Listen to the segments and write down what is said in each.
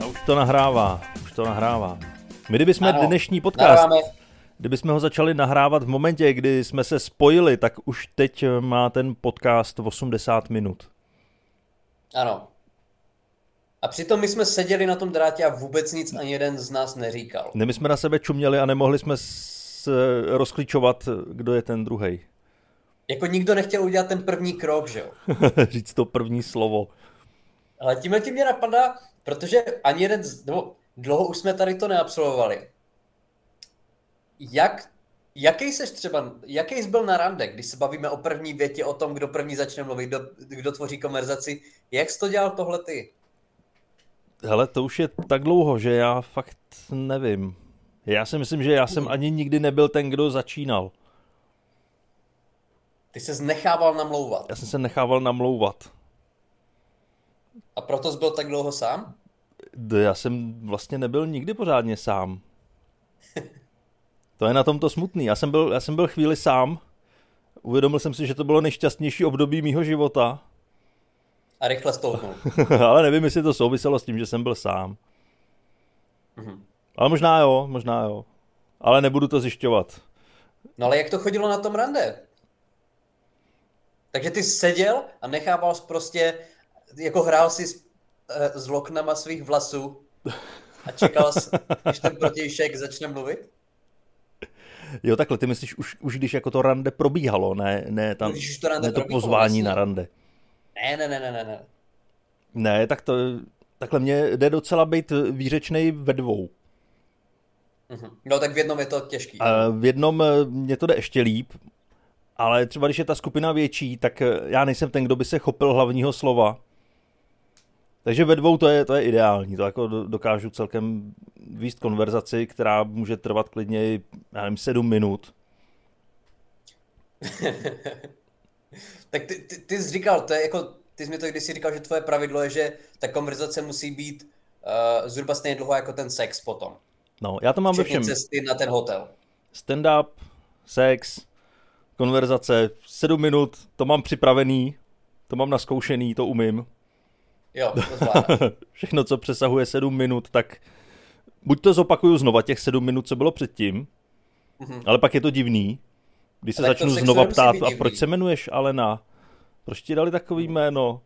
Už to nahrává. My kdybychom dnešní podcast, kdybychom ho začali nahrávat v momentě, kdy jsme se spojili, tak už teď má ten podcast 80 minut. Ano. A přitom my jsme seděli na tom drátě a vůbec nic ani jeden z nás neříkal. My jsme na sebe čuměli a nemohli jsme rozklíčovat, kdo je ten druhej. Jako nikdo nechtěl udělat ten první krok, že jo? Říct to první slovo. Ale tímhle tím mě napadá, protože ani jeden, dlouho už jsme tady to neabsolvovali. Jaký jsi byl na rande, když se bavíme o první větě, o tom, kdo první začne mluvit, kdo tvoří konverzaci, jak jsi to dělal tohle ty? Hele, to už je tak dlouho, že já fakt nevím. Já si myslím, že já jsem ani nikdy nebyl ten, kdo začínal. Ty ses nechával namlouvat. Já jsem se nechával namlouvat. A proto jsi byl tak dlouho sám? Já jsem vlastně nebyl nikdy pořádně sám. To je na tom to smutný. Já jsem byl chvíli sám. Uvědomil jsem si, že to bylo nejšťastnější období mýho života. A rychle stoupnul. Ale nevím, jestli to souviselo s tím, že jsem byl sám. Mhm. Ale možná jo. Ale nebudu to zjišťovat. No ale jak to chodilo na tom rande? Takže ty seděl a nechával jsi prostě, jako hrál si s loknama svých vlasů a čekal jsi, když ten protějšek začne mluvit? Jo, takhle, ty myslíš už když jako to rande probíhalo, ne tam, Když už to rande ne to probíhalo, pozvání vlastně. na rande. Ne. Ne, tak to, takhle mě jde docela být výřečnej ve dvou. No tak v jednom je to těžký. A v jednom mě to jde ještě líp, ale třeba když je ta skupina větší, tak já nejsem ten, kdo by se chopil hlavního slova. Takže ve dvou to je ideální, to jako dokážu celkem vést konverzaci, která může trvat klidně, já nevím, 7 minut. Tak ty jsi říkal, to je jako, ty jsi mi to kdysi říkal, že tvoje pravidlo je, že ta konverzace musí být zhruba stejně dlouho jako ten sex potom. No, já to mám ve všem. Cesty na ten hotel. Stand-up, sex, konverzace, 7 minut, to mám připravený, to mám naskoušený, to umím. Jo, to zvládám. Všechno, co přesahuje 7 minut, tak buď to zopakuju znova těch 7 minut, co bylo předtím, ale pak je to divný, když se začnu znova ptát, a proč se jmenuješ Alena? Proč ti dali takový jméno?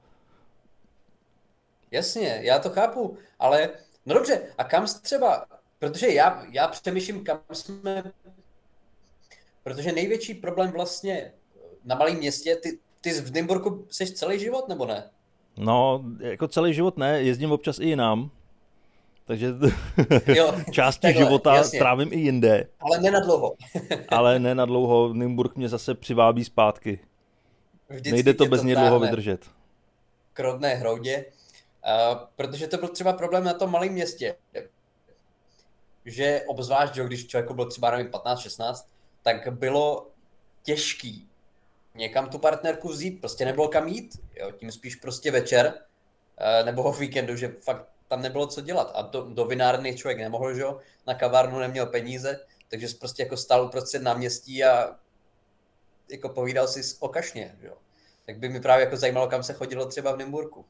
Jasně, já to chápu, ale no dobře, a kam jsi třeba, protože já přemýšlím, kam jsme, protože největší problém vlastně na malém městě, ty v Nymburku jsi celý život, nebo ne? No, jako celý život ne, jezdím občas i jinam, takže Jo, části takhle, života jasně. Trávím i jinde. Ale ne na dlouho. Ale ne na dlouho, Nymburk mě zase přivábí zpátky. Vždycky Nejde to tě bez něj dlouho táhne vydržet. k rodné hroudě, protože to byl třeba problém na tom malém městě, že obzvlášť, že když člověku bylo třeba nevím, 15-16, tak bylo těžký někam tu partnerku vzít, prostě nebylo kam jít, jo? Tím spíš prostě večer nebo o víkendu, že fakt tam nebylo co dělat a do vinárny člověk nemohl, že jo? Na kavárnu neměl peníze, takže jsi prostě jako stál uprostřed náměstí a jako povídal si o kašně, že jo? Tak by mi právě jako zajímalo, kam se chodilo třeba v Nymburku.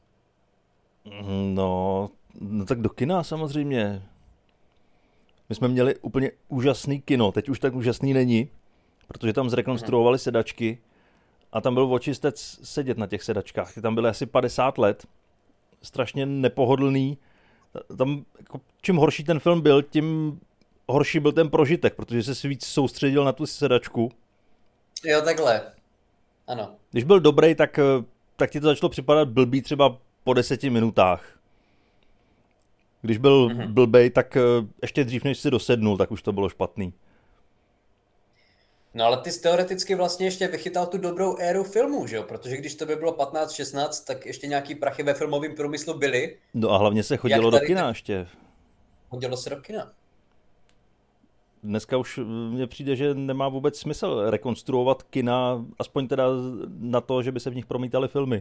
No tak do kina samozřejmě. My jsme měli úplně úžasný kino, teď už tak úžasný není, protože tam zrekonstruovali sedačky a tam byl očistec sedět na těch sedačkách. Ty tam byly asi 50 let, strašně nepohodlný. Tam, jako, čím horší ten film byl, tím horší byl ten prožitek, protože se víc soustředil na tu sedačku. Jo, takhle. Ano. Když byl dobrý, tak ti to začalo připadat blbý třeba po 10 minutách. Když byl blbej, tak ještě dřív, než si dosednul, tak už to bylo špatný. No ale ty jsi teoreticky vlastně ještě vychytal tu dobrou éru filmů, že jo? Protože když to by bylo 15-16, tak ještě nějaký prachy ve filmovém průmyslu byly. No a hlavně se chodilo do kina ještě. Chodilo se do kina. Dneska už mně přijde, že nemá vůbec smysl rekonstruovat kina, aspoň teda na to, že by se v nich promítaly filmy.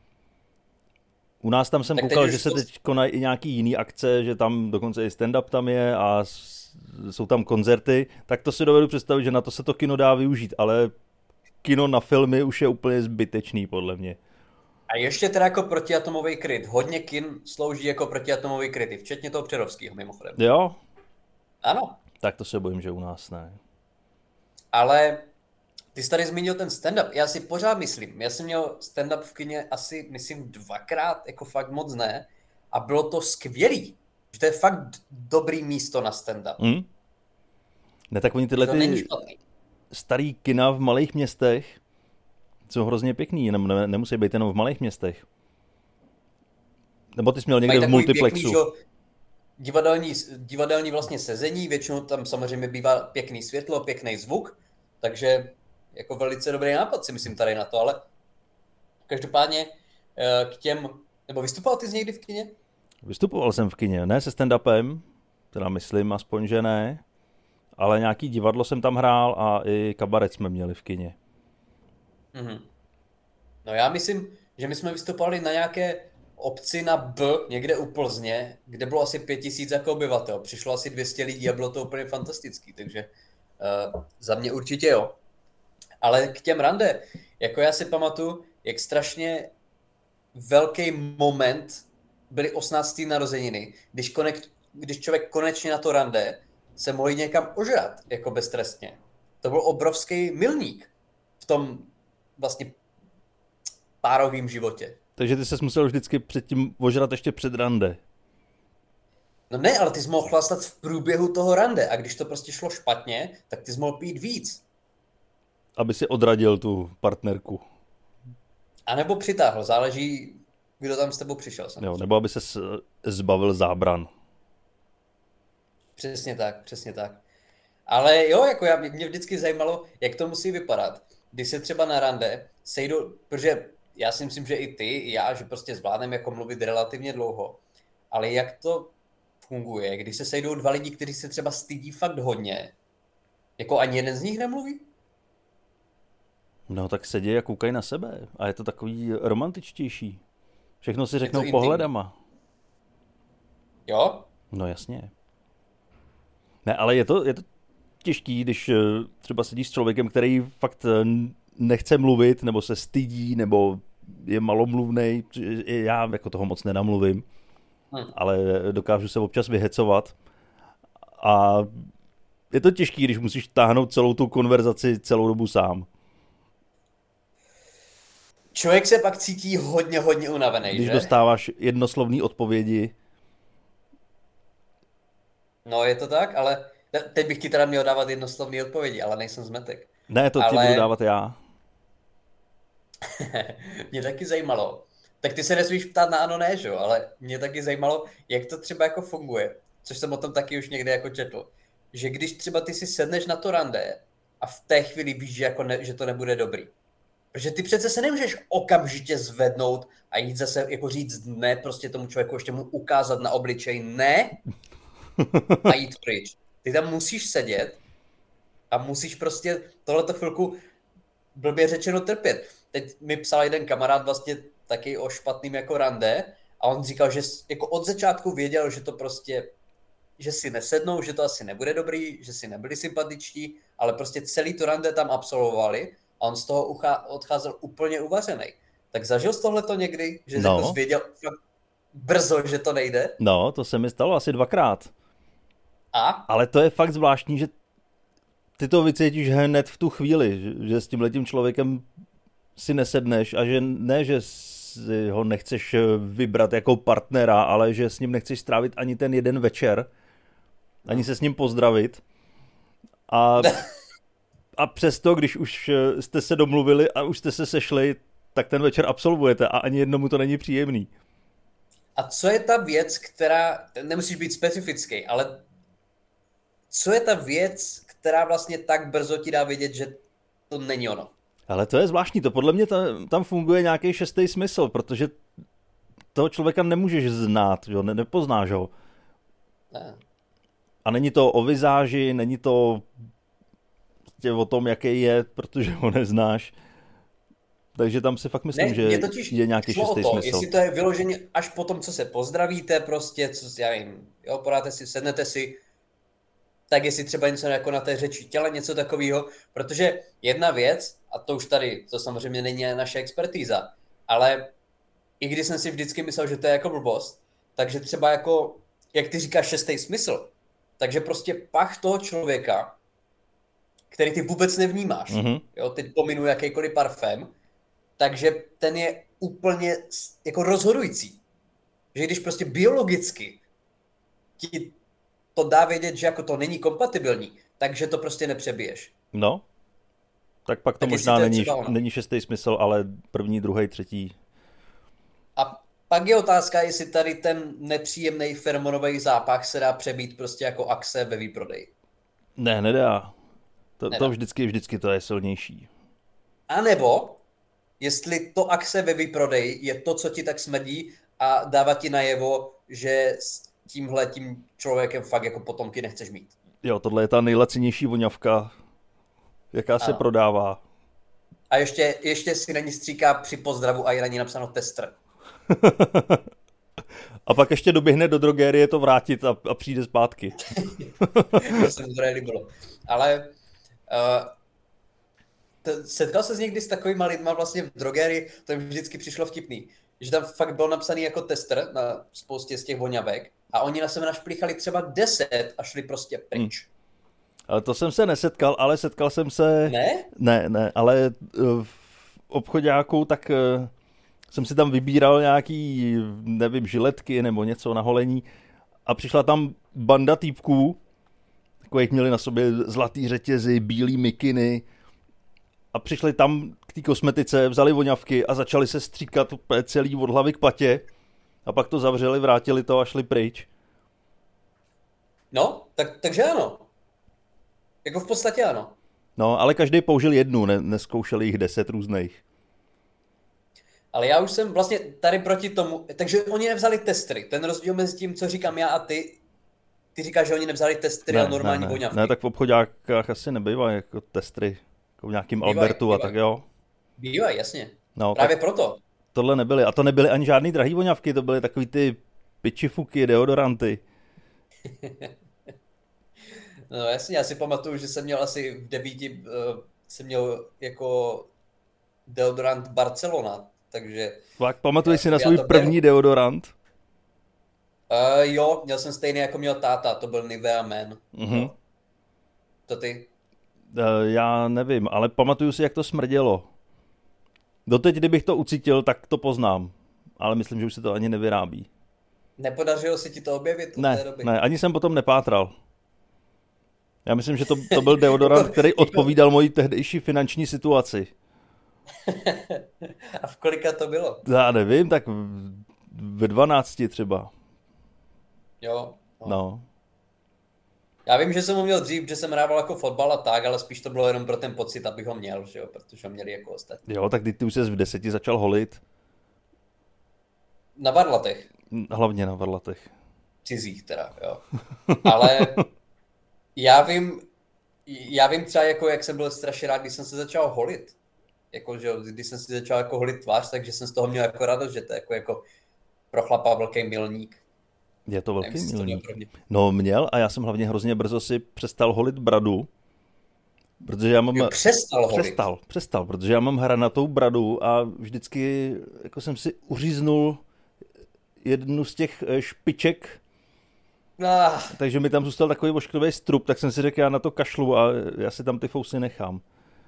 U nás tam jsem koukal, že se teď konají i nějaký jiný akce, že tam dokonce i stand-up tam je a jsou tam koncerty, tak to si dovedu představit, že na to se to kino dá využít, ale kino na filmy už je úplně zbytečný, podle mě. A ještě teda jako protiatomový kryt. Hodně kin slouží jako protiatomový kryty, včetně toho Přerovského mimochodem. Jo? Ano, Tak to se bojím, že u nás ne. ale ty jsi tady zmínil ten stand-up. Já si pořád myslím, já jsem měl stand-up v kině asi, myslím, 2krát, jako fakt moc ne. A bylo to skvělý. Že to je fakt dobrý místo na stand-up. Ne, tak oni Že tyhle to není ty špatný. starý kina v malých městech jsou hrozně pěkný, nemusí být jenom v malých městech. Nebo ty jsi měl někde Mají v takový multiplexu. pěkný, že divadelní vlastně sezení, většinou tam samozřejmě bývá pěkný světlo, pěkný zvuk, takže jako velice dobrý nápad si myslím tady na to, ale každopádně k těm, nebo vystupoval ty z někdy v kině? Vystupoval jsem v kině, ne se stand-upem, teda myslím aspoň, že ne, ale nějaký divadlo jsem tam hrál a i kabaret jsme měli v kině. No já myslím, že my jsme vystupovali na nějaké obci na B, někde u Plzně, kde bylo asi 5000 jako obyvatel. Přišlo asi 200 lidí a bylo to úplně fantastický, takže za mě určitě jo. Ale k těm rande, jako já si pamatuju, jak strašně velký moment byly 18. narozeniny, když člověk konečně na to rande se mohl jít někam ožrat, jako beztrestně. To byl obrovský milník v tom vlastně párovým životě. Takže ty ses musel vždycky předtím ožrat ještě před rande. No ne, ale ty jsi mohl chlastat v průběhu toho rande a když to prostě šlo špatně, tak ty jsi mohl pít víc. Aby si odradil tu partnerku. A nebo přitáhl, záleží, kdo tam s tebou přišel. Jo, nebo aby se zbavil zábran. Přesně tak, přesně tak. Ale jo, jako mě vždycky zajímalo, jak to musí vypadat, když se třeba na rande sejdou, protože já si myslím, že i ty, i já, že prostě zvládneme jako mluvit relativně dlouho, ale jak to funguje, když se sejdou dva lidi, kteří se třeba stydí fakt hodně, jako ani jeden z nich nemluví? No tak sedí a koukají na sebe a je to takový romantičtější. Všechno si řeknou intimní. pohledama. Jo? No jasně. Ne, ale je to těžký, když třeba sedíš s člověkem, který fakt nechce mluvit, nebo se stydí, nebo je malomluvnej. Já jako toho moc nenamluvím, ale dokážu se občas vyhecovat. A je to těžký, když musíš táhnout celou tu konverzaci celou dobu sám. Člověk se pak cítí hodně, hodně unavený, Když že? dostáváš jednoslovné odpovědi. No je to tak, ale teď bych ti teda měl dávat jednoslovné odpovědi, ale nejsem zmetek. Ne, to ti budu dávat já. Mě taky zajímalo. Tak ty se nesmíš ptát na ano, ne, že jo? Ale mě taky zajímalo, jak to třeba jako funguje. Což jsem o tom taky už někde jako četl. Že když třeba ty si sedneš na to rande a v té chvíli víš, že, jako že to nebude dobrý. Protože ty přece se nemůžeš okamžitě zvednout a jít zase jako říct ne, prostě tomu člověku ještě mu ukázat na obličej ne a jít pryč. Ty tam musíš sedět a musíš prostě tohleto chvilku blbě řečeno trpět. Teď mi psal jeden kamarád vlastně taky o špatným jako rande a on říkal, že jako od začátku věděl, že to prostě, že si nesednou, že to asi nebude dobrý, že si nebyli sympatičtí, ale prostě celý to rande tam absolvovali a on z toho odcházel úplně uvařený. Tak zažil jsi tohleto někdy, že No. jako věděl brzo, že to nejde? No, to se mi stalo asi 2krát. A? Ale to je fakt zvláštní, že ty to vycítíš hned v tu chvíli, že s tímhletím člověkem si nesedneš a že ne, že si ho nechceš vybrat jako partnera, ale že s ním nechceš strávit ani ten jeden večer, ani se s ním pozdravit. A přesto, když už jste se domluvili a už jste se sešli, tak ten večer absolvujete a ani jednomu to není příjemný. A co je ta věc, která, nemusíš být specifický, ale co je ta věc, která vlastně tak brzo ti dá vědět, že to není ono? Ale to je zvláštní, to podle mě tam funguje nějaký šestý smysl, protože toho člověka nemůžeš znát, jo? Nepoznáš ho. Ne. A není to o vizáži, není to o tom, jaký je, protože ho neznáš. Takže tam si fakt myslím, že je nějaký šestý smysl. Jestli to je vyloženě až po tom, co se pozdravíte, prostě, co já vím, jo, podáte si, sednete si, tak jestli třeba něco jako na té řeči těla, něco takového, protože jedna věc, a to už tady, to samozřejmě není naše expertíza, ale i když jsem si vždycky myslel, že to je jako blbost, takže třeba jako, jak ty říkáš, šestý smysl, takže prostě pach toho člověka, který ty vůbec nevnímáš, jo, teď pominu jakýkoliv parfém, takže ten je úplně jako rozhodující. Že když prostě biologicky ti to dá vědět, že jako to není kompatibilní, takže to prostě nepřebiješ. No, tak pak to tak možná není šestý smysl, ale první, druhý, třetí. A pak je otázka, jestli tady ten nepříjemný feromonový zápach se dá přebít prostě jako Axe ve výprodeji. Ne, nedá. To vždycky to je silnější. A nebo, jestli to Axe ve výprodeji je to, co ti tak smrdí a dává ti najevo, že s tímhletím člověkem fakt jako potomky nechceš mít. Jo, tohle je ta nejlacinější voňavka, jaká se prodává. A ještě si na ní stříká při pozdravu a je na ní napsáno tester. A pak ještě doběhne do drogérie to vrátit a přijde zpátky. To se mi to nelíbilo. Ale setkal ses někdy s takovýma lidma vlastně v drogérii, to jim vždycky přišlo vtipný, že tam fakt byl napsaný jako tester na spoustě z těch voňavek a oni na sebe našplíchali třeba 10 a šli prostě pryč. Ale to jsem se nesetkal, ale setkal jsem se... Ne? Ne, ale v obchoďáku tak jsem si tam vybíral nějaký, nevím, žiletky nebo něco na holení a přišla tam banda týpků, takových měli na sobě zlatý řetězy, bílý mikiny a přišli tam k té kosmetice, vzali voňavky a začali se stříkat celý od hlavy k patě a pak to zavřeli, vrátili to a šli pryč. No, takže ano. Jako v podstatě ano. No, ale každý použil jednu, neskoušeli jich 10 různých. Ale já už jsem vlastně tady proti tomu, takže oni nevzali testry. Ten rozdíl mezi tím, co říkám já a ty říkáš, že oni nevzali testry a normální voňavky. Ne, tak v obchodákách asi nebývají jako testry, jako v nějakým Albertu a tak jo. Bývají, jasně. No, právě proto. Tohle nebyly. A to nebyly ani žádný drahý voňavky, to byly takový ty pičifuky, deodoranty. No jasně, já si pamatuju, že jsem měl asi v 9, jsem měl jako deodorant Barcelona, takže... Fakt, pamatuješ si na svůj první deodorant? Jo, měl jsem stejný, jako měl táta, to byl Nivea Man. No. To ty? Já nevím, ale pamatuju si, jak to smrdělo. Doteď, kdybych to ucítil, tak to poznám. Ale myslím, že už se to ani nevyrábí. Nepodařilo se ti to objevit od té doby? Ne, ani jsem potom nepátral. Já myslím, že to byl deodorant, který odpovídal mojí tehdejší finanční situaci. A v kolika to bylo? Já nevím, tak ve 12 třeba. Jo. No. Já vím, že jsem ho měl dřív, že jsem hrával jako fotbal a tak, ale spíš to bylo jenom pro ten pocit, abych ho měl, že jo, protože ho měli jako ostatní. Jo, tak ty už ses v 10 začal holit. Na varlatech. Hlavně na varlatech. Cizích teda, jo. Ale já vím třeba, jako, jak jsem byl strašně rád, když jsem se začal holit. Jako, že když jsem si začal jako holit tvář, takže jsem z toho měl jako radost, že to je jako pro chlapa velký milník. Je to velký milník. No měl a já jsem hlavně hrozně brzo si přestal holit bradu. Protože já mám... Přestal, protože já mám hranatou bradu a vždycky jako jsem si uříznul jednu z těch špiček. Takže mi tam zůstal takový ošklivý strup, tak jsem si řekl, já na to kašlu a já si tam ty fousy nechám.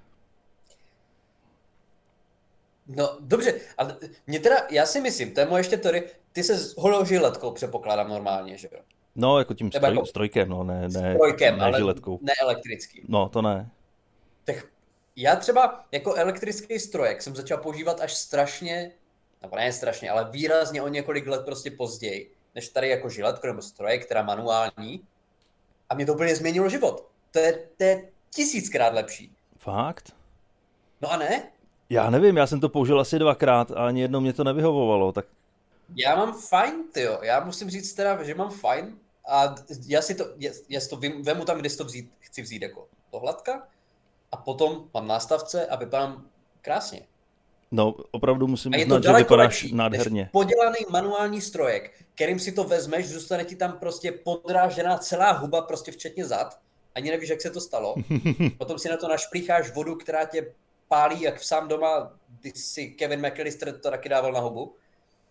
No dobře, ale mě teda, já si myslím, to je moje ještě teorie, ty se holil žiletkou, předpokládám normálně, že jo? No, jako tím strojkem, no, ne ale žiletkou. Ne elektrickým. No, to ne. Tak já třeba jako elektrický strojek jsem začal používat až strašně, nebo ne strašně, ale výrazně o několik let prostě později, než tady jako žiletko nebo strojek, která manuální. A mě to úplně změnilo život. To je 1000krát lepší. Fakt? No a ne? Já nevím, já jsem to použil asi 2krát a ani jednou mě to nevyhovovalo, tak... Já mám fajn, tyjo. Já musím říct teda, že mám fajn a já si to vemu tam, kde si to chci vzít jako do hladka a potom mám nástavce a vypadám krásně. No, opravdu musím uznat, že vypadáš nádherně. Podělaný manuální strojek, kterým si to vezmeš, zůstane ti tam prostě podrážená celá huba, prostě včetně zad. Ani nevíš, jak se to stalo. Potom si na to našplícháš vodu, která tě pálí, jak sám doma, když si Kevin McAllister to taky dával na hubu.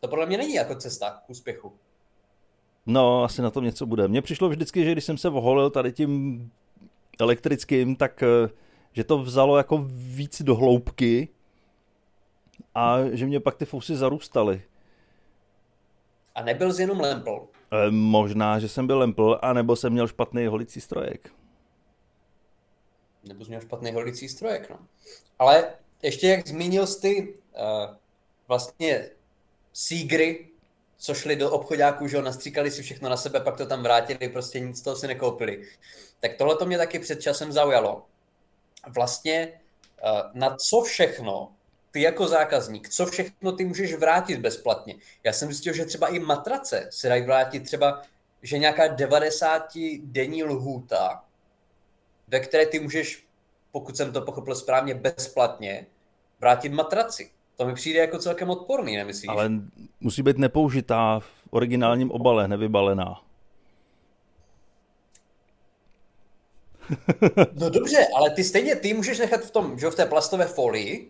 To podle mě není jako cesta k úspěchu. No, asi na tom něco bude. Mně přišlo vždycky, že když jsem se oholil tady tím elektrickým, tak že to vzalo jako víc do hloubky a že mě pak ty fousy zarůstaly. A nebyl jsi jenom lempl. Možná, že jsem byl lempl, anebo jsem měl špatný holicí strojek. Nebo jsi měl špatný holicí strojek, no. Ale ještě jak zmínil jsi ty vlastně sígry, co šli do obchodáků, že nastříkali si všechno na sebe, pak to tam vrátili, prostě nic z toho si nekoupili. Tak tohle to mě taky před časem zaujalo. Vlastně na co všechno ty jako zákazník, co všechno ty můžeš vrátit bezplatně. Já jsem zjistil, že třeba i matrace se dají vrátit třeba, že nějaká 90-denní lhůta, ve které ty můžeš, pokud jsem to pochopil správně, bezplatně vrátit matraci. To mi přijde jako celkem odporný, nemyslíš? Ale musí být nepoužitá v originálním obale, nevybalená. No dobře, ale ty můžeš nechat v tom, že v té plastové folii,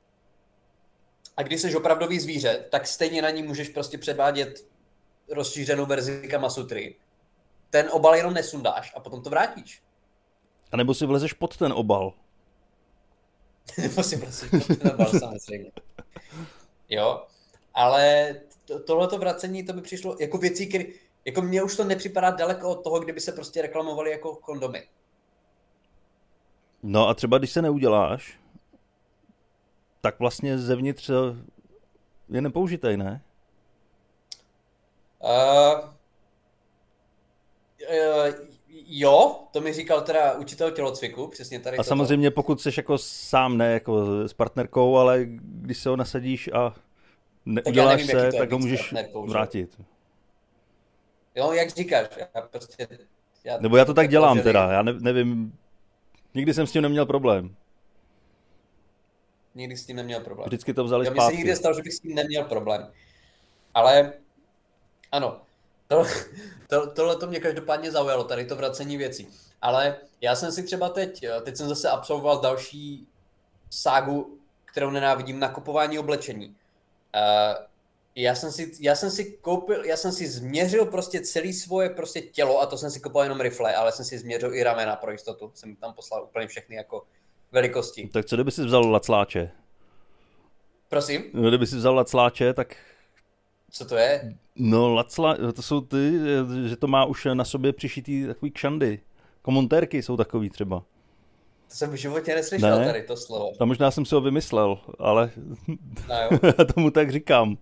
a když jsi opravdový zvíře, tak stejně na ní můžeš prostě předvádět rozšířenou verzi Kamasutry. Ten obal jenom nesundáš a potom to vrátíš. A nebo si vlezeš pod ten obal. Nebo si vlezeš pod ten obal, samozřejmě. Jo, ale tohleto vracení, to by přišlo jako věcí, které, jako mně už to nepřipadá daleko od toho, kdyby se prostě reklamovali jako kondomy. No a třeba když se neuděláš, tak vlastně zevnitř je nepoužitej, ne? Jo, to mi říkal teda učitel tělocviku, přesně tady. A samozřejmě pokud jsi jako sám, ne jako s partnerkou, ale když se ho nasadíš a neuděláš se, tak ho můžeš vrátit. Jo, jak říkáš. Nebo já to tak dělám teda, já nevím, nikdy jsem s tím neměl problém. Nikdy s tím neměl problém. Vždycky to vzali zpátky. Mně se nikdy stalo, že bych s tím neměl problém. Ale ano, tohle to mě každopádně zaujalo, tady to vracení věcí. Ale já jsem si třeba teď jsem zase absolvoval další ságu, kterou nenávidím, nakupování oblečení. Já jsem si změřil prostě celé svoje prostě tělo a to jsem si kupoval jenom rifle, ale jsem si změřil i ramena pro jistotu. Jsem tam poslal úplně všechny jako velikosti. Tak co kdyby si vzal lacláče? Prosím? No, kdyby si vzal lacláče, tak... Co to je? No, to jsou ty, že to má už na sobě přišitý takový kšandy. Komontérky jsou takový třeba. To jsem v životě neslyšel tady to slovo. A možná jsem si ho vymyslel, ale no tomu tak říkám.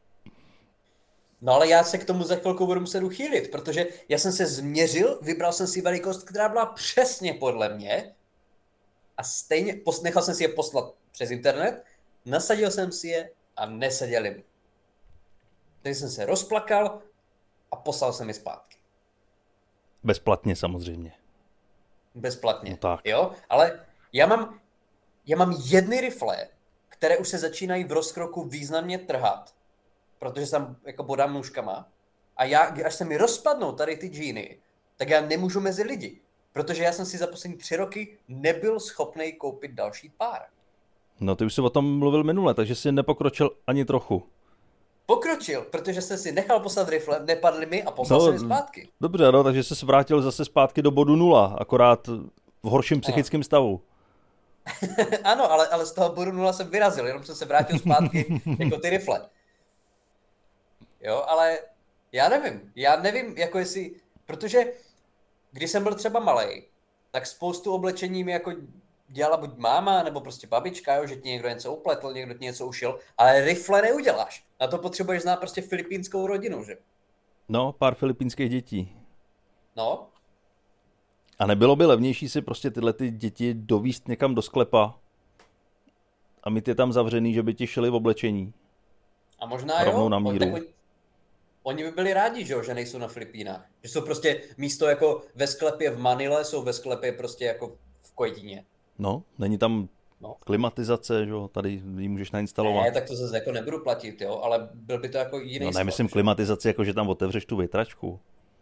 No ale já se k tomu za chvilku budu muset uchýlit, protože já jsem se změřil, vybral jsem si velikost, která byla přesně podle mě a stejně nechal jsem si je poslat přes internet, nasadil jsem si je a neseděli mi. Takže jsem se rozplakal a poslal jsem je zpátky. Bezplatně samozřejmě. Bezplatně, no tak. Jo, ale já mám jedny rifle, které už se začínají v rozkroku významně trhat, protože jsem jako bodám nůžkama a až se mi rozpadnou tady ty džíny, tak já nemůžu mezi lidi, protože já jsem si za poslední 3 roky nebyl schopný koupit další pár. No ty už jsi o tom mluvil minule, takže jsi nepokročil ani trochu. Pokročil, protože jsem si nechal poslat rifle, nepadly mi a poslal jsem je zpátky. Dobře, no, takže jsi se vrátil zase zpátky do bodu 0, akorát v horším psychickém stavu. Ano, ale z toho bodu 0 jsem vyrazil, jenom jsem se vrátil zpátky jako ty rifle. Jo, ale já nevím, jako jestli, protože když jsem byl třeba malej, tak spoustu oblečení mi jako dělala buď máma, nebo prostě babička, jo, že ti někdo něco upletl, někdo ti něco ušil, ale rifle neuděláš. Na to potřebuješ znát prostě filipínskou rodinu, že? No, pár filipínských dětí. No. A nebylo by levnější si prostě tyhle ty děti dovíst někam do sklepa a mít je tam zavřený, že by ti šili v oblečení? A možná rovnou na míru. Oni by byli rádi, že nejsou na Filipínách. Že jsou prostě místo jako ve sklepě v Manile, jsou ve sklepě prostě jako v Kojedině. No, není tam klimatizace, že jo, tady ji můžeš nainstalovat. Ne, tak to zase jako nebudu platit, jo, ale byl by to jako jiný No nemyslím klimatizaci, jako že tam otevřeš tu větračku.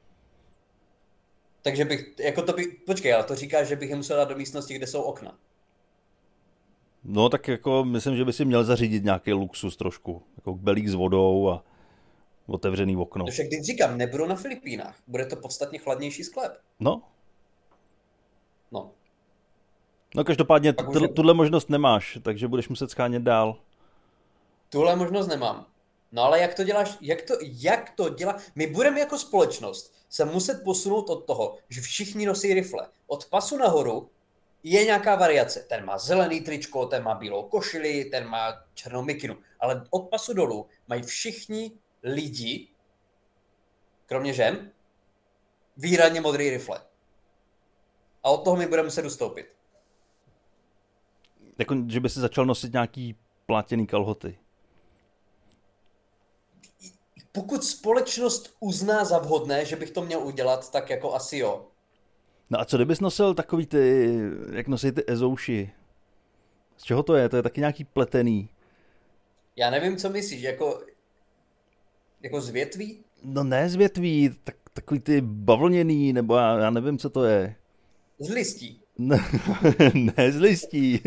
Takže bych, jako to by, počkej, ale to říkáš, že bych je musel dát do místnosti, kde jsou okna. No tak jako myslím, že by si měl zařídit nějaký luxus trošku, jako belík s vodou a otevřený okno. To však teď říkám, nebudu na Filipínách. Bude to podstatně chladnější sklep. No. No. No každopádně Pak už tuhle možnost nemáš, takže budeš muset schánět dál. Tuhle možnost nemám. No ale jak to děláš, jak to dělá? My budeme jako společnost se muset posunout od toho, že všichni nosí rifle. Od pasu nahoru je nějaká variace. Ten má zelený tričko, ten má bílou košili, ten má černou mikinu. Ale od pasu dolů mají všichni lidi, kromě žen, výhradně modrý rifle. A od toho my budeme muset ustoupit. Jako, že by si začal nosit nějaký plátěný kalhoty. Pokud společnost uzná za vhodné, že bych to měl udělat, tak jako asi jo. No a co kdybys nosil takový ty, jak nosí ty ezouši? Z čeho to je? To je taky nějaký pletený. Já nevím, co myslíš, jako z větví? No ne z větví, takový ty bavlněný, nebo já nevím, co to je. Z listí. Ne z listí.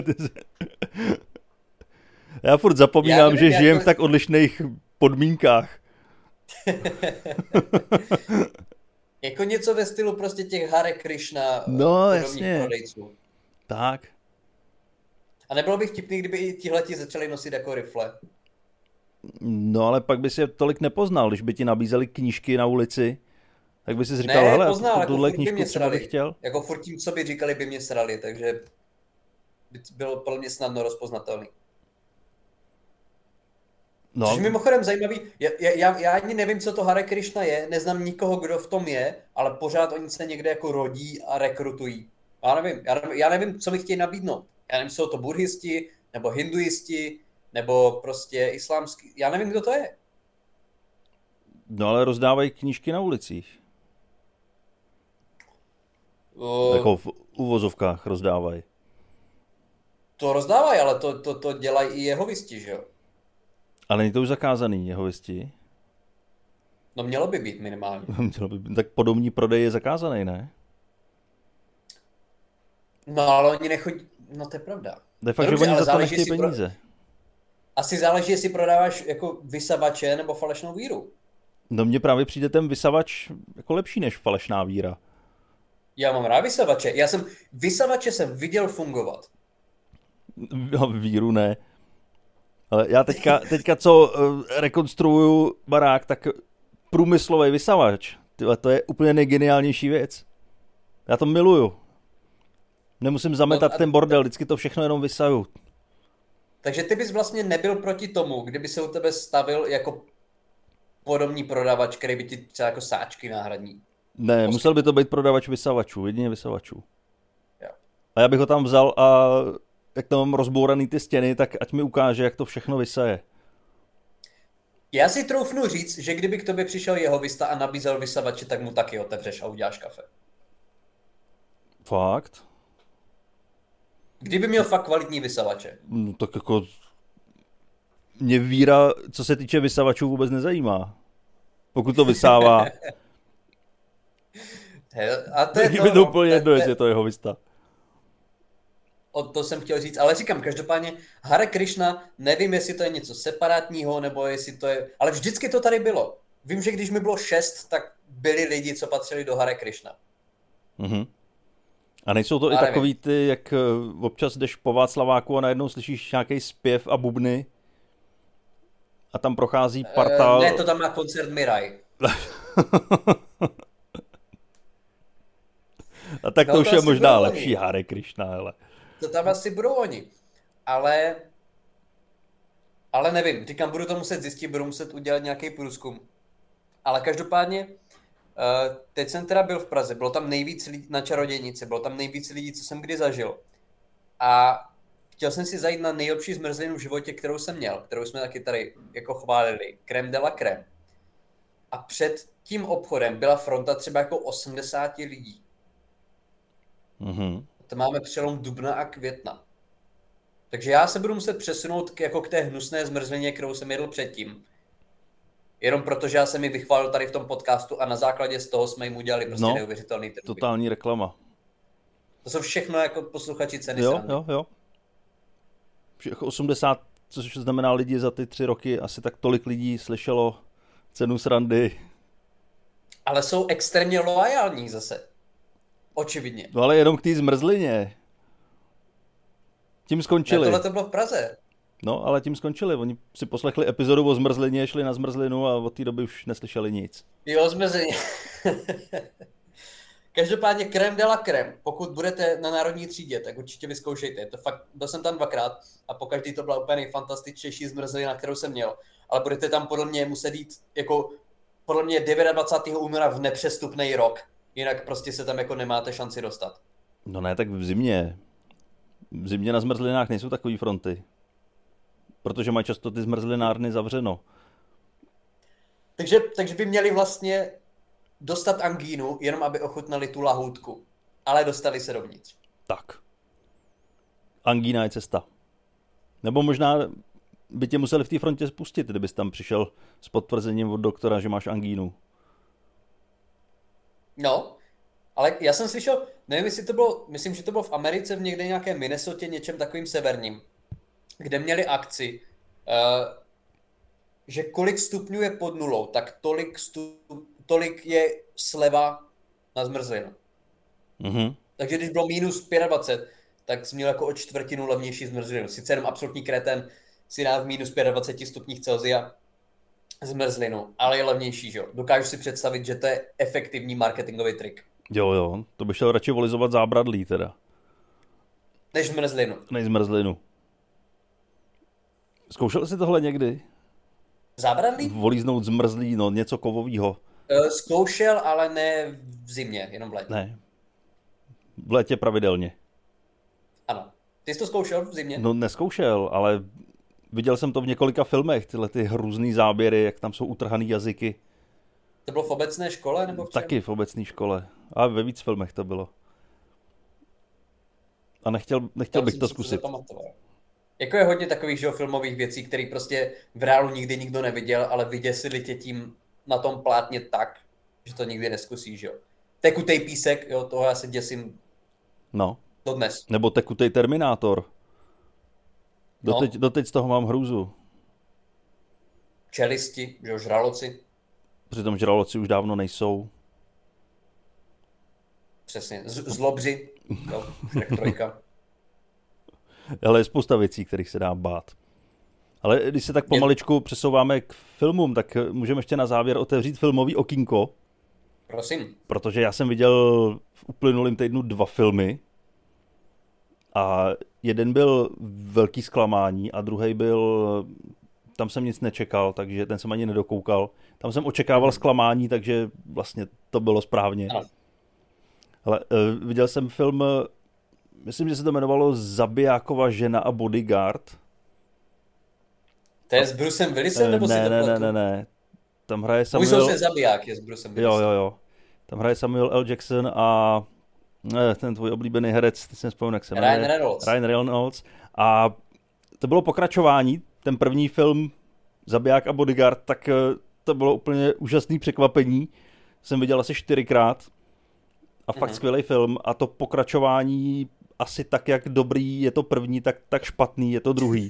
Já furt zapomínám, nevím, že žijem v tak odlišných podmínkách. Jako něco ve stylu prostě těch Hare Krishna No, podobných jasně. prodejců. Tak. A nebylo by vtipný, kdyby i tihleti začali nosit jako rifle. No ale pak by si je tolik nepoznal, když by ti nabízeli knížky na ulici, tak by si říkal, Ne, hele, poznal, jako tuhle furt by knížku mě třeba bych srali. chtěl. Jako furt tím, co by říkali, by mě srali, takže by bylo podle mě snadno rozpoznatelný. No, Což mimochodem zajímavý, já ani nevím, co to Hare Krishna je, neznám nikoho, kdo v tom je, ale pořád oni se někde jako rodí a rekrutují. Já nevím, co mi chtějí nabídnout. Já nevím, jsou to buddhisti, nebo hinduisti, nebo prostě islámský, já nevím, kdo to je. no ale rozdávají knížky na ulicích. Jako v uvozovkách rozdávají. To rozdávají, ale to dělají i jehovisti, že jo? Ale není to už zakázaný, jehovisti? No mělo by být minimálně. Tak podomní prodej je zakázaný, ne? No ale oni nechodí, no to je pravda. To je fakt, No, že dobře, oni ale za to záleží, nechtějí jestli peníze. Asi záleží, jestli prodáváš jako vysavače nebo falešnou víru. No mně právě přijde ten vysavač jako lepší než falešná víra. Já mám rád vysavače. Vysavače jsem viděl fungovat. Víru ne. Ale já teďka co rekonstruuju barák, tak průmyslový vysavač. Tyhle, to je úplně nejgeniálnější věc. Já to miluju. Nemusím zametat ten bordel, vždycky to všechno jenom vysaju. Takže ty bys vlastně nebyl proti tomu, kdyby se u tebe stavil jako podobný prodavač, který by ti třeba jako sáčky náhradní. Ne, musel by to být prodavač vysavačů, jedině vysavačů. Jo. A já bych ho tam vzal a jak tam mám rozbouraný ty stěny, tak ať mi ukáže, jak to všechno vysaje. Já si troufnu říct, že kdyby k tobě přišel jehovista a nabízel vysavače, tak mu taky otevřeš a uděláš kafe. Fakt? Kdyby měl fakt kvalitní vysavače. No, tak jako mě víra, co se týče vysavačů, vůbec nezajímá. Pokud to vysává. A to je Tak mi to úplně jedno, jestli je to jehovista. To jsem chtěl říct, ale říkám, každopádně Hare Krishna, nevím, jestli to je něco separátního, nebo jestli to je, ale vždycky to tady bylo. Vím, že když mi bylo 6, tak byli lidi, co patřili do Hare Krishna. Mhm. A nejsou to i nevím. takový ty, jak občas jdeš po Václaváku a najednou slyšíš nějaký zpěv a bubny a tam prochází parta... Ne, to tam má koncert Miraj. A tak to No, už to je asi možná budou lepší oni. Hare Krishna, hele. To tam asi budou oni. Ale nevím, říkám, budu to muset zjistit, budu muset udělat nějaký průzkum. Ale každopádně, teď jsem teda byl v Praze, bylo tam nejvíc lidí na Čarodějnici, bylo tam nejvíc lidí, co jsem kdy zažil. A chtěl jsem si zajít na nejlepší zmrzlinu v životě, kterou jsem měl, kterou jsme taky tady jako chválili, crème de la crème. A před tím obchodem byla fronta třeba jako 80 lidí. Mhm. To máme přelom dubna a května. Takže já se budu muset přesunout k té hnusné zmrzlině, kterou jsem jedl předtím. Jenom protože já jsem ji vychválil tady v tom podcastu a na základě z toho jsme jim udělali prostě neuvěřitelný trpí. Totální reklama. To jsou všechno jako posluchači ceny Jo, srandy. jo. Všech 80, což znamená lidi za ty 3 roky, asi tak tolik lidí slyšelo cenu srandy. Ale jsou extrémně loajální zase. Očividně. No ale jenom k té zmrzlině. Tím skončili. Tohle to bylo v Praze. No, ale tím skončili. Oni si poslechli epizodu o zmrzlině, šli na zmrzlinu a od té doby už neslyšeli nic. Jo, zmrzlině. Každopádně crème de la crème. Pokud budete na Národní třídě, tak určitě vyzkoušejte. To fakt, byl jsem tam 2krát a pokaždý to byla úplně nejfantastičtější zmrzlina, kterou jsem měl. Ale budete tam podle mě muset jít jako podle mě 29. února v nepřestupný rok. Jinak prostě se tam jako nemáte šanci dostat. No ne, tak v zimě. V zimě na zmrzlinách nejsou takový fronty. Protože mají často ty zmrzlinárny zavřeno. Takže by měli vlastně dostat angínu, jenom aby ochutnali tu lahůdku. Ale dostali se dovnitř. Tak. Angína je cesta. Nebo možná by tě museli v té frontě spustit, kdybys tam přišel s potvrzením od doktora, že máš angínu. No, ale já jsem slyšel, nevím, jestli to bylo, myslím, že to bylo v Americe, v někde nějaké Minnesotě, něčem takovým severním, kde měli akci, že kolik stupňů je pod nulou, tak tolik je sleva na zmrzlinu. Mhm. Takže když bylo minus 25, tak jsi měl jako o čtvrtinu levnější zmrzlinu. Sice jenom absolutní kreten si dá v minus 25 stupních Celsia zmrzlinu, ale je levnější, že jo. Dokážu si představit, že to je efektivní marketingový trik. Jo, to bych šel radši volizovat zábradlí teda. Než zmrzlinu. Než zmrzlinu. Zkoušel jsi tohle někdy? Zábradlí? Volíznout zmrzlí, no něco kovovýho. Zkoušel, ale ne v zimě, jenom v létě. Ne. V létě pravidelně. Ano. Ty jsi to zkoušel v zimě? No neskoušel, ale viděl jsem to v několika filmech, tyhle ty hrůzný záběry, jak tam jsou utrhaný jazyky. To bylo v obecné škole nebo v čem? Taky v obecné škole. A ve víc filmech to bylo. A nechtěl bych to zkusit. Jako je hodně takových, že, filmových věcí, které prostě v reálu nikdy nikdo neviděl, ale vyděsili tě tím na tom plátně tak, že to nikdy neskusíš, jo. Tekutej písek, jo, toho já se děsím dodnes. Nebo tekutej Terminátor. Doteď z toho mám hrůzu. Čelisti, že jo, žraloci. Přitom žraloci už dávno nejsou. Přesně, zlobři, jo, Shrek 3. Ale je spousta věcí, kterých se dá bát. Ale když se tak pomaličku přesouváme k filmům, tak můžeme ještě na závěr otevřít filmový okýnko. Prosím. Protože já jsem viděl v uplynulém týdnu 2 filmy. A jeden byl velký zklamání a druhý byl, tam jsem nic nečekal, takže ten jsem ani nedokoukal. Tam jsem očekával zklamání, takže vlastně to bylo správně. Ale viděl jsem film, myslím, že se to jmenovalo Zabijákova žena a bodyguard. To je s Brucem Willisem, nebo si to platu? Ne. Tam hraje Samuel... Můj soused zabiják je s Brucem Willisem. Jo. Tam hraje Samuel L. Jackson a ten tvůj oblíbený herec, teď jsem vzpomněl, jak se jmenuje. Ryan Reynolds. A to bylo pokračování, ten první film Zabiják a bodyguard, tak to bylo úplně úžasné překvapení. Jsem viděl asi 4krát a fakt skvělý film a to pokračování asi tak, jak dobrý je to první, tak špatný je to druhý.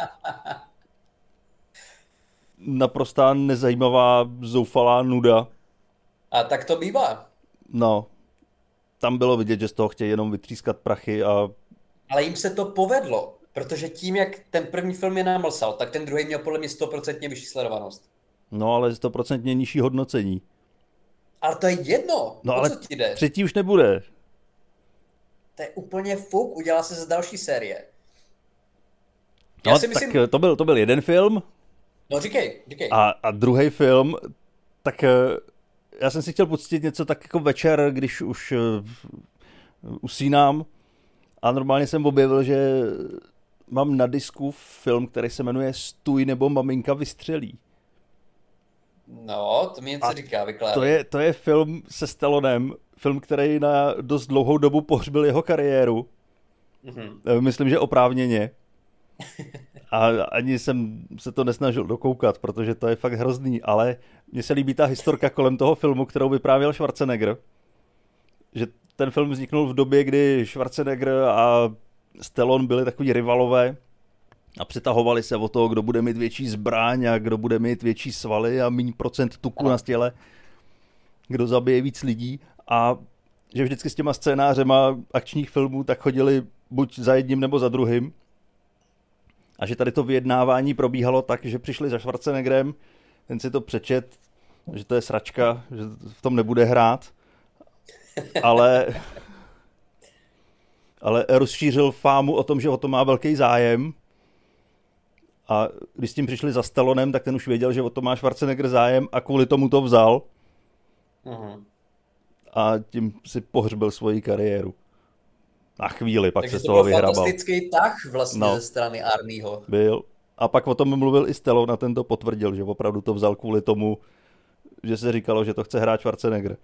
Naprostá nezajímavá, zoufalá nuda. A tak to bývá. No, tam bylo vidět, že z toho chtějí jenom vytřískat prachy a... Ale jim se to povedlo, protože tím, jak ten první film je namlsal, tak ten druhý měl podle mě 100% vyšší sledovanost. No, ale 100% nižší hodnocení. Ale to je jedno. No, o ale co ti jde? Třetí už nebude. To je úplně fuk, udělá se z další série. No, já si myslím... tak to byl jeden film. No, říkej. A druhý film, tak já jsem si chtěl pustit něco tak jako večer, když už usínám. A normálně jsem objevil, že mám na disku film, který se jmenuje Stůj nebo maminka vystřelí. No, to mi něco říká, vykládá. To je film se Stallonem, film, který na dost dlouhou dobu pohřbil jeho kariéru. Myslím, že oprávněně. A ani jsem se to nesnažil dokoukat, protože to je fakt hrozný, ale mně se líbí ta historka kolem toho filmu, kterou vyprávěl Schwarzenegger. Že ten film vzniknul v době, kdy Schwarzenegger a Stallone byli takový rivalové A přetahovali se o toho, kdo bude mít větší zbraň a kdo bude mít větší svaly a méně procent tuku na těle, kdo zabije víc lidí a že vždycky s těma scénářema akčních filmů tak chodili buď za jedním nebo za druhým a že tady to vyjednávání probíhalo tak, že přišli za Schwarzeneggerem, ten si to přečet, že to je sračka, že v tom nebude hrát, ale rozšířil fámu o tom, že o to má velký zájem. A když s tím přišli za Stallonem, tak ten už věděl, že o to má Schwarzenegger zájem a kvůli tomu to vzal. A tím si pohřbil svoji kariéru. Na chvíli, pak takže se z toho vyhrabal. Takže to byl fantastický tah vlastně ze strany Arnieho. Byl. A pak o tom mluvil i Stallone a ten to potvrdil, že opravdu to vzal kvůli tomu, že se říkalo, že to chce hrát Schwarzenegger.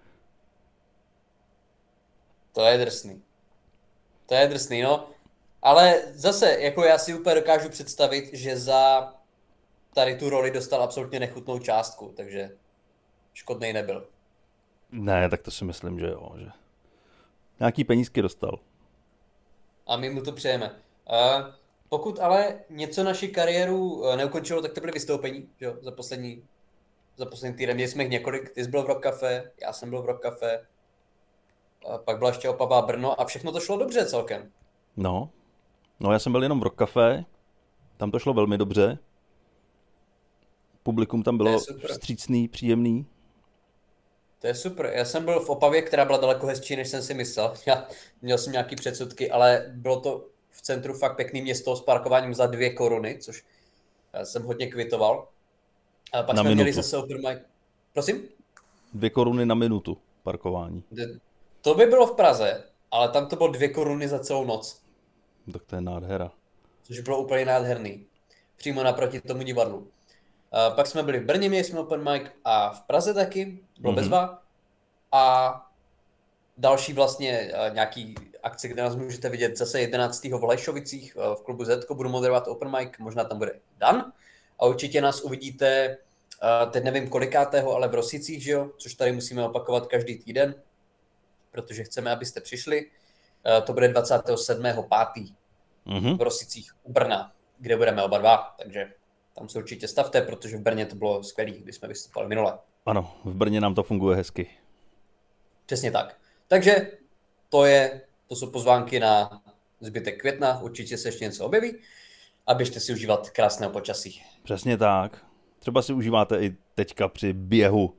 To je drsný, no. Ale zase, jako já si úplně dokážu představit, že za tady tu roli dostal absolutně nechutnou částku, takže škodnej nebyl. Ne, tak to si myslím, že jo, že nějaký penízky dostal. A my mu to přejeme. Pokud ale něco naši kariéru neukončilo, tak to byly vystoupení, že jo, za poslední týden. Měli jsme jich několik, ty jsi byl v Rock Café, já jsem byl v Rock Café, a pak byla ještě Opava Brno a všechno to šlo dobře celkem. No, já jsem byl jenom v Rock Café, tam to šlo velmi dobře. Publikum tam bylo vstřícný, příjemný. To je super. Já jsem byl v Opavě, která byla daleko hezčí, než jsem si myslel. Měl jsem nějaký předsudky, ale bylo to v centru fakt pěkný město s parkováním za 2 koruny, což jsem hodně kvitoval. A pak na jsme minutu. měli zase open mic. Prosím? 2 koruny na minutu parkování. To by bylo v Praze, ale tam to bylo 2 koruny za celou noc. Tak to je nádhera. Což bylo úplně nádherný. Přímo naproti tomu divadlu. Pak jsme byli v Brně, měli jsme open mic a v Praze taky, bylo bezva. A další vlastně nějaký akce, kde nás můžete vidět zase 11. v Lajšovicích v klubu Zetko, budu moderovat open mic, možná tam bude Dan. A určitě nás uvidíte, teď nevím kolikátého, ale v Rosicích, že jo, což tady musíme opakovat každý týden, protože chceme, abyste přišli. To bude 27.5. V Rosicích u Brna, kde budeme oba dva, takže tam se určitě stavte, protože v Brně to bylo skvělý, když jsme vystupovali minule. Ano, v Brně nám to funguje hezky. Přesně tak. Takže to jsou pozvánky na zbytek května, určitě se ještě něco objeví a běžte si užívat krásného počasí. Přesně tak. Třeba si užíváte i teďka při běhu.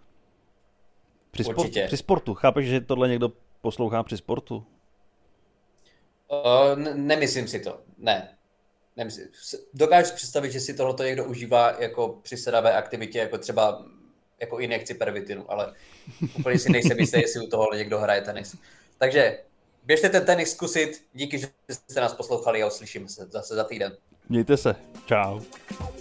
Při sportu. Chápeš, že tohle někdo poslouchá při sportu? Nemyslím si to. Ne. Nemyslím. Dokážu si představit, že si tohleto někdo užívá jako při sedavé aktivitě, jako třeba jako injekci pervitinu, ale úplně si nejsem jistý, jestli u toho někdo hraje tenis. Takže běžte ten tenis zkusit. Díky, že jste nás poslouchali a uslyšíme se zase za týden. Mějte se. Čau.